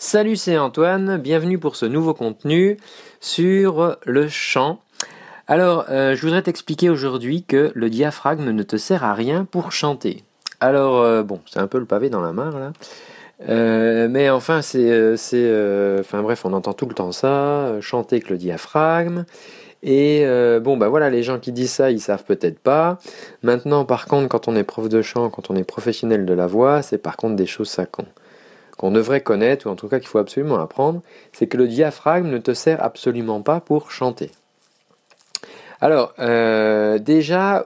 Salut, c'est Antoine, bienvenue pour ce nouveau contenu sur le chant. Alors, je voudrais t'expliquer aujourd'hui que le diaphragme ne te sert à rien pour chanter. Alors, bon, c'est un peu le pavé dans la mare là. Mais enfin, enfin bref, on entend tout le temps ça, chanter avec le diaphragme. Et bon, bah voilà, les gens qui disent ça, ils savent peut-être pas. Maintenant, par contre, quand on est prof de chant, quand on est professionnel de la voix, c'est par contre des choses ça qu'on devrait connaître, ou en tout cas qu'il faut absolument apprendre, c'est que le diaphragme ne te sert absolument pas pour chanter. Alors, déjà,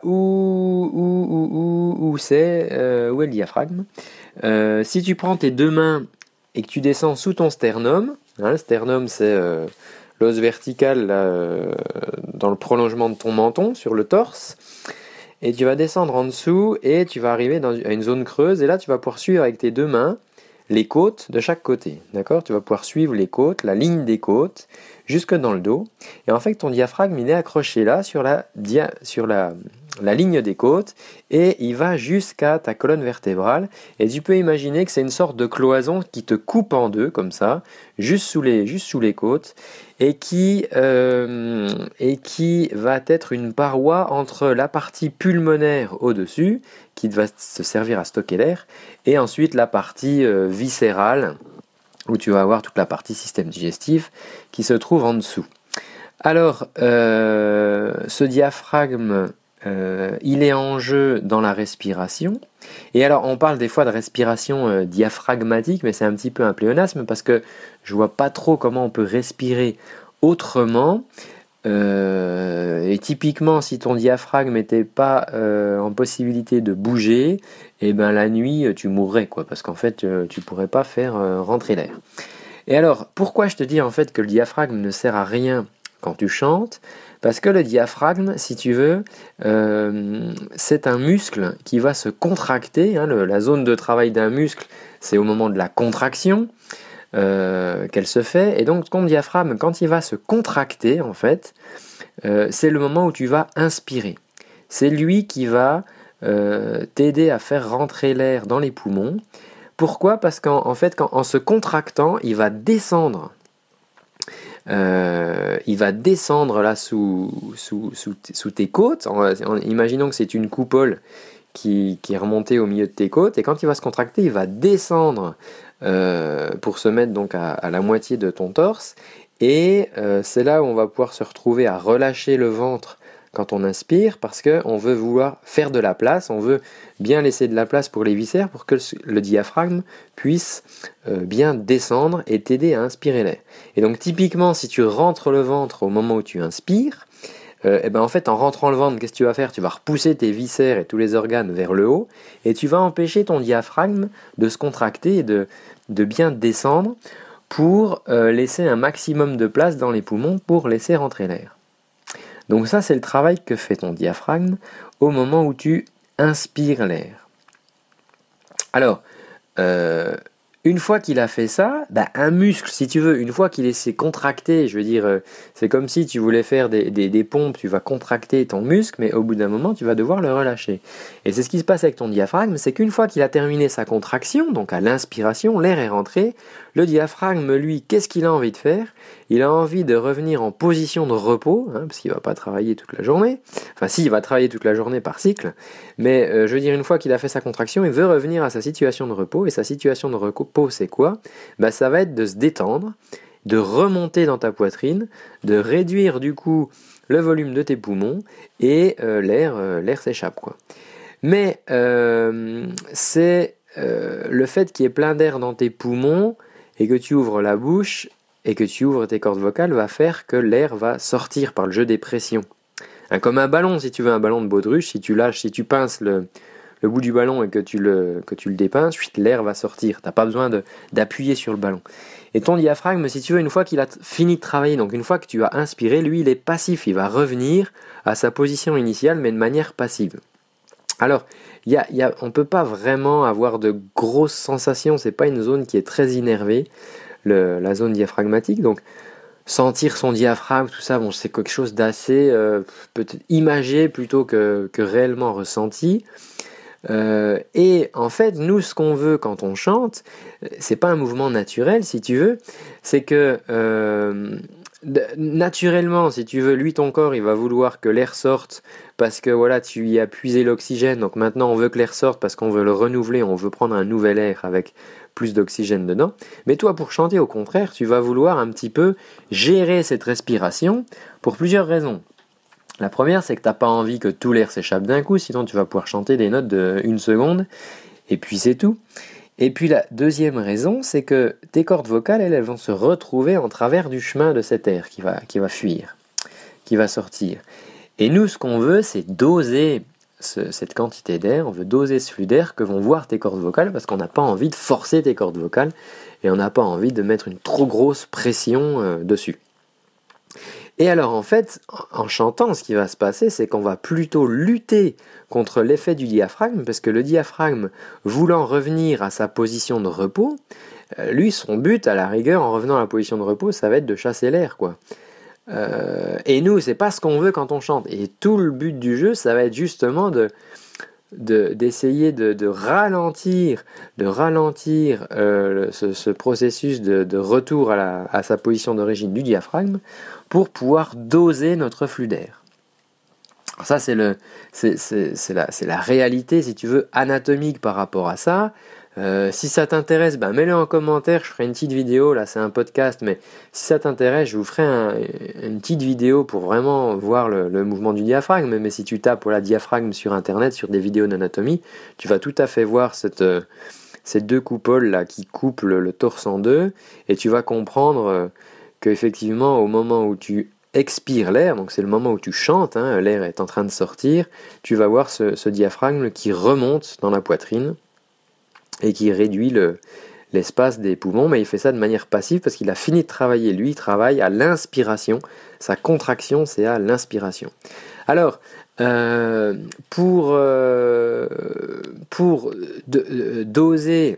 où est le diaphragme? Si tu prends tes deux mains et que tu descends sous ton sternum, le sternum c'est l'os vertical là, dans le prolongement de ton menton, sur le torse, et tu vas descendre en dessous et tu vas arriver à une zone creuse, et là tu vas pouvoir suivre avec tes deux mains les côtes de chaque côté, d'accord? Tu vas pouvoir suivre les côtes, la ligne des côtes, jusque dans le dos. Et en fait, ton diaphragme, il est accroché là, sur la ligne des côtes, et il va jusqu'à ta colonne vertébrale. Et tu peux imaginer que c'est une sorte de cloison qui te coupe en deux, comme ça, juste sous les côtes, et qui va être une paroi entre la partie pulmonaire au-dessus, qui va se servir à stocker l'air, et ensuite la partie viscérale, où tu vas avoir toute la partie système digestif qui se trouve en dessous. Alors, ce diaphragme, il est en jeu dans la respiration. Et alors, on parle des fois de respiration diaphragmatique, mais c'est un petit peu un pléonasme parce que je vois pas trop comment on peut respirer autrement. Et typiquement, si ton diaphragme n'était pas en possibilité de bouger, et ben la nuit tu mourrais, quoi, parce qu'en fait tu pourrais pas faire rentrer l'air. Et alors, pourquoi je te dis en fait que le diaphragme ne sert à rien quand tu chantes? Parce que le diaphragme, si tu veux, c'est un muscle qui va se contracter. La zone de travail d'un muscle, c'est au moment de la contraction qu'elle se fait. Et donc ton diaphragme, quand il va se contracter, en fait, c'est le moment où tu vas inspirer. C'est lui qui va t'aider à faire rentrer l'air dans les poumons. Pourquoi? Parce qu'en fait, en se contractant, il va descendre. Là sous tes côtes. Imaginons que c'est une coupole qui est remontée au milieu de tes côtes. Et quand il va se contracter, il va descendre pour se mettre donc à la moitié de ton torse. Et c'est là où on va pouvoir se retrouver à relâcher le ventre quand on inspire, parce qu'on veut vouloir faire de la place, on veut bien laisser de la place pour les viscères, pour que le diaphragme puisse bien descendre et t'aider à inspirer l'air. Et donc typiquement, si tu rentres le ventre au moment où tu inspires, en fait, en rentrant le ventre, qu'est-ce que tu vas faire? Tu vas repousser tes viscères et tous les organes vers le haut, et tu vas empêcher ton diaphragme de se contracter et de bien descendre pour laisser un maximum de place dans les poumons pour laisser rentrer l'air. Donc ça, c'est le travail que fait ton diaphragme au moment où tu inspires l'air. Alors, une fois qu'il a fait ça, un muscle, si tu veux, une fois qu'il s'est contracté, je veux dire, c'est comme si tu voulais faire des pompes, tu vas contracter ton muscle, mais au bout d'un moment, tu vas devoir le relâcher. Et c'est ce qui se passe avec ton diaphragme, c'est qu'une fois qu'il a terminé sa contraction, donc à l'inspiration, l'air est rentré, le diaphragme, lui, qu'est-ce qu'il a envie de faire? Il a envie de revenir en position de repos, parce qu'il ne va pas travailler toute la journée. Enfin, si, il va travailler toute la journée par cycle, mais je veux dire, une fois qu'il a fait sa contraction, il veut revenir à sa situation de repos, et sa situation de repos, c'est quoi? Ça va être de se détendre, de remonter dans ta poitrine, de réduire du coup le volume de tes poumons, et l'air s'échappe, quoi. Mais c'est le fait qu'il y ait plein d'air dans tes poumons, et que tu ouvres la bouche, et que tu ouvres tes cordes vocales, va faire que l'air va sortir par le jeu des pressions. Comme un ballon, si tu veux, un ballon de baudruche, si tu pinces le bout du ballon et que tu le dépinces, l'air va sortir. Tu n'as pas besoin d'appuyer sur le ballon. Et ton diaphragme, si tu veux, une fois qu'il a fini de travailler, donc une fois que tu as inspiré, lui, il est passif. Il va revenir à sa position initiale, mais de manière passive. Alors, on ne peut pas vraiment avoir de grosses sensations. C'est pas une zone qui est très innervée, la zone diaphragmatique. Donc, sentir son diaphragme, tout ça, c'est quelque chose d'assez peut-être imagé plutôt que réellement ressenti. Et en fait, nous, ce qu'on veut quand on chante, c'est pas un mouvement naturel, si tu veux, c'est que naturellement, si tu veux, lui, ton corps, il va vouloir que l'air sorte parce que voilà, tu y as puisé l'oxygène. Donc maintenant, on veut que l'air sorte parce qu'on veut le renouveler, on veut prendre un nouvel air avec plus d'oxygène dedans. Mais toi, pour chanter, au contraire, tu vas vouloir un petit peu gérer cette respiration pour plusieurs raisons. La première, c'est que tu n'as pas envie que tout l'air s'échappe d'un coup, sinon tu vas pouvoir chanter des notes de 1 seconde, et puis c'est tout. Et puis la deuxième raison, c'est que tes cordes vocales, elles vont se retrouver en travers du chemin de cet air qui va fuir, qui va sortir. Et nous, ce qu'on veut, c'est doser cette quantité d'air, on veut doser ce flux d'air que vont voir tes cordes vocales, parce qu'on n'a pas envie de forcer tes cordes vocales, et on n'a pas envie de mettre une trop grosse pression dessus. Et alors en fait, en chantant, ce qui va se passer, c'est qu'on va plutôt lutter contre l'effet du diaphragme, parce que le diaphragme, voulant revenir à sa position de repos, lui, son but, à la rigueur, en revenant à la position de repos, ça va être de chasser l'air, quoi. Et nous, c'est pas ce qu'on veut quand on chante. Et tout le but du jeu, ça va être justement d'essayer de ralentir ce processus de retour à sa position d'origine du diaphragme pour pouvoir doser notre flux d'air. Ça, c'est la réalité, si tu veux, anatomique par rapport à ça. Si ça t'intéresse, mets-le en commentaire, je ferai une petite vidéo, là c'est un podcast, mais si ça t'intéresse, je vous ferai une petite vidéo pour vraiment voir le mouvement du diaphragme, mais si tu tapes diaphragme sur internet, sur des vidéos d'anatomie, tu vas tout à fait voir ces deux coupoles là qui coupent le torse en deux, et tu vas comprendre qu'effectivement au moment où tu expires l'air, donc c'est le moment où tu chantes, l'air est en train de sortir, tu vas voir ce diaphragme qui remonte dans la poitrine, et qui réduit l'espace des poumons, mais il fait ça de manière passive parce qu'il a fini de travailler. Lui, il travaille à l'inspiration. Sa contraction, c'est à l'inspiration. Alors, pour doser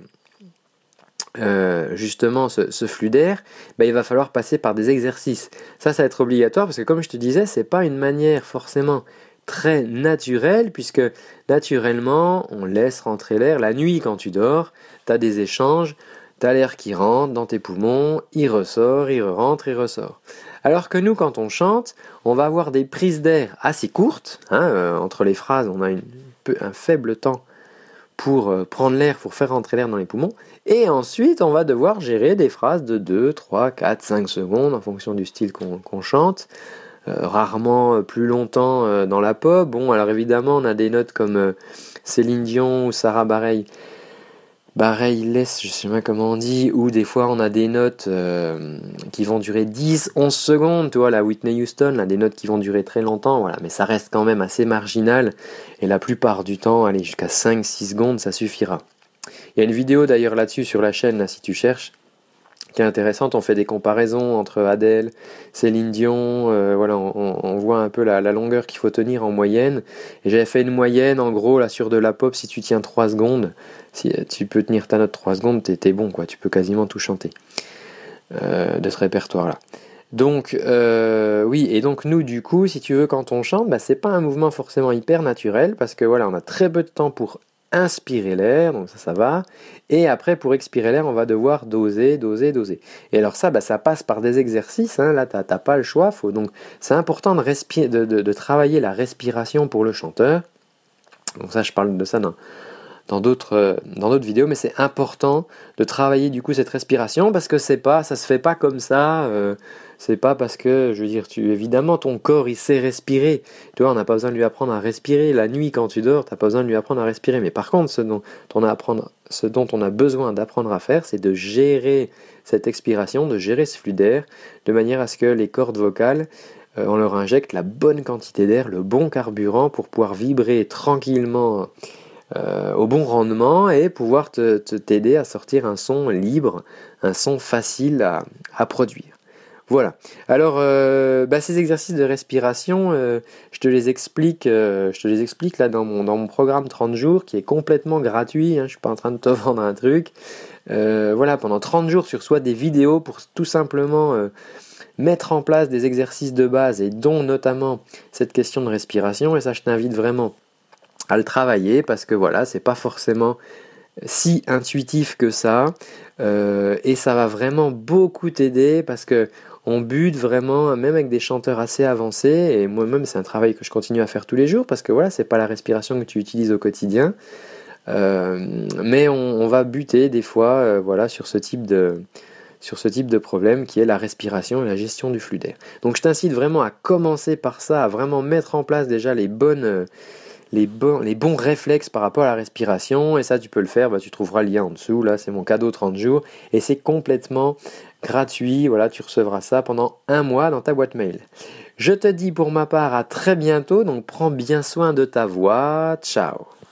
justement ce flux d'air, il va falloir passer par des exercices. Ça va être obligatoire parce que comme je te disais, c'est pas une manière forcément très naturelle, puisque naturellement on laisse rentrer l'air. La nuit quand tu dors, tu as des échanges, tu as l'air qui rentre dans tes poumons, il ressort, il rentre, il ressort. Alors que nous quand on chante, on va avoir des prises d'air assez courtes, entre les phrases on a un faible temps pour prendre l'air, pour faire rentrer l'air dans les poumons, et ensuite on va devoir gérer des phrases de 2, 3, 4, 5 secondes en fonction du style qu'on chante, rarement plus longtemps dans la pop. Bon, alors évidemment on a des notes comme Céline Dion ou Sarah Bareilles, je sais pas comment on dit, ou des fois on a des notes qui vont durer 10, 11 secondes, tu vois, la Whitney Houston, là, des notes qui vont durer très longtemps, voilà, mais ça reste quand même assez marginal, et la plupart du temps, allez, jusqu'à 5-6 secondes, ça suffira. Il y a une vidéo d'ailleurs là-dessus sur la chaîne, là, si tu cherches, qui est intéressante, on fait des comparaisons entre Adele, Céline Dion, voilà, on voit un peu la longueur qu'il faut tenir en moyenne, et j'avais fait une moyenne, en gros, là, sur de la pop, si tu tiens 3 secondes, si tu peux tenir ta note 3 secondes, t'es bon, quoi, tu peux quasiment tout chanter, de ce répertoire-là. Donc, oui, et donc nous, du coup, si tu veux, quand on chante, c'est pas un mouvement forcément hyper naturel, parce que voilà, on a très peu de temps pour inspirer l'air, donc ça va, et après pour expirer l'air on va devoir doser, et alors ça passe par des exercices, là t'as pas le choix, donc c'est important de travailler la respiration pour le chanteur, donc ça je parle de ça dans d'autres vidéos, mais c'est important de travailler du coup cette respiration parce que ça se fait pas comme ça, c'est pas parce que, je veux dire, évidemment ton corps il sait respirer, tu vois, on n'a pas besoin de lui apprendre à respirer, la nuit quand tu dors, t'as pas besoin de lui apprendre à respirer, mais par contre ce dont on a besoin d'apprendre à faire, c'est de gérer cette expiration, de gérer ce flux d'air, de manière à ce que les cordes vocales, on leur injecte la bonne quantité d'air, le bon carburant pour pouvoir vibrer tranquillement au bon rendement et pouvoir t'aider à sortir un son libre, un son facile à produire. Voilà. Alors, ces exercices de respiration, je te les explique là dans mon programme 30 jours qui est complètement gratuit. Je suis pas en train de te vendre un truc. Voilà, pendant 30 jours sur soit des vidéos pour tout simplement mettre en place des exercices de base et dont notamment cette question de respiration. Et ça, je t'invite vraiment à le travailler parce que voilà, c'est pas forcément si intuitif que ça, et ça va vraiment beaucoup t'aider parce que on bute vraiment, même avec des chanteurs assez avancés, et moi-même c'est un travail que je continue à faire tous les jours parce que voilà, c'est pas la respiration que tu utilises au quotidien, mais on va buter des fois, voilà, sur ce type de problème qui est la respiration et la gestion du flux d'air. Donc je t'incite vraiment à commencer par ça, à vraiment mettre en place déjà les bons réflexes par rapport à la respiration, et ça tu peux le faire, tu trouveras le lien en dessous, là c'est mon cadeau 30 jours, et c'est complètement gratuit, voilà, tu recevras ça pendant 1 mois dans ta boîte mail. Je te dis pour ma part à très bientôt, donc prends bien soin de ta voix, ciao.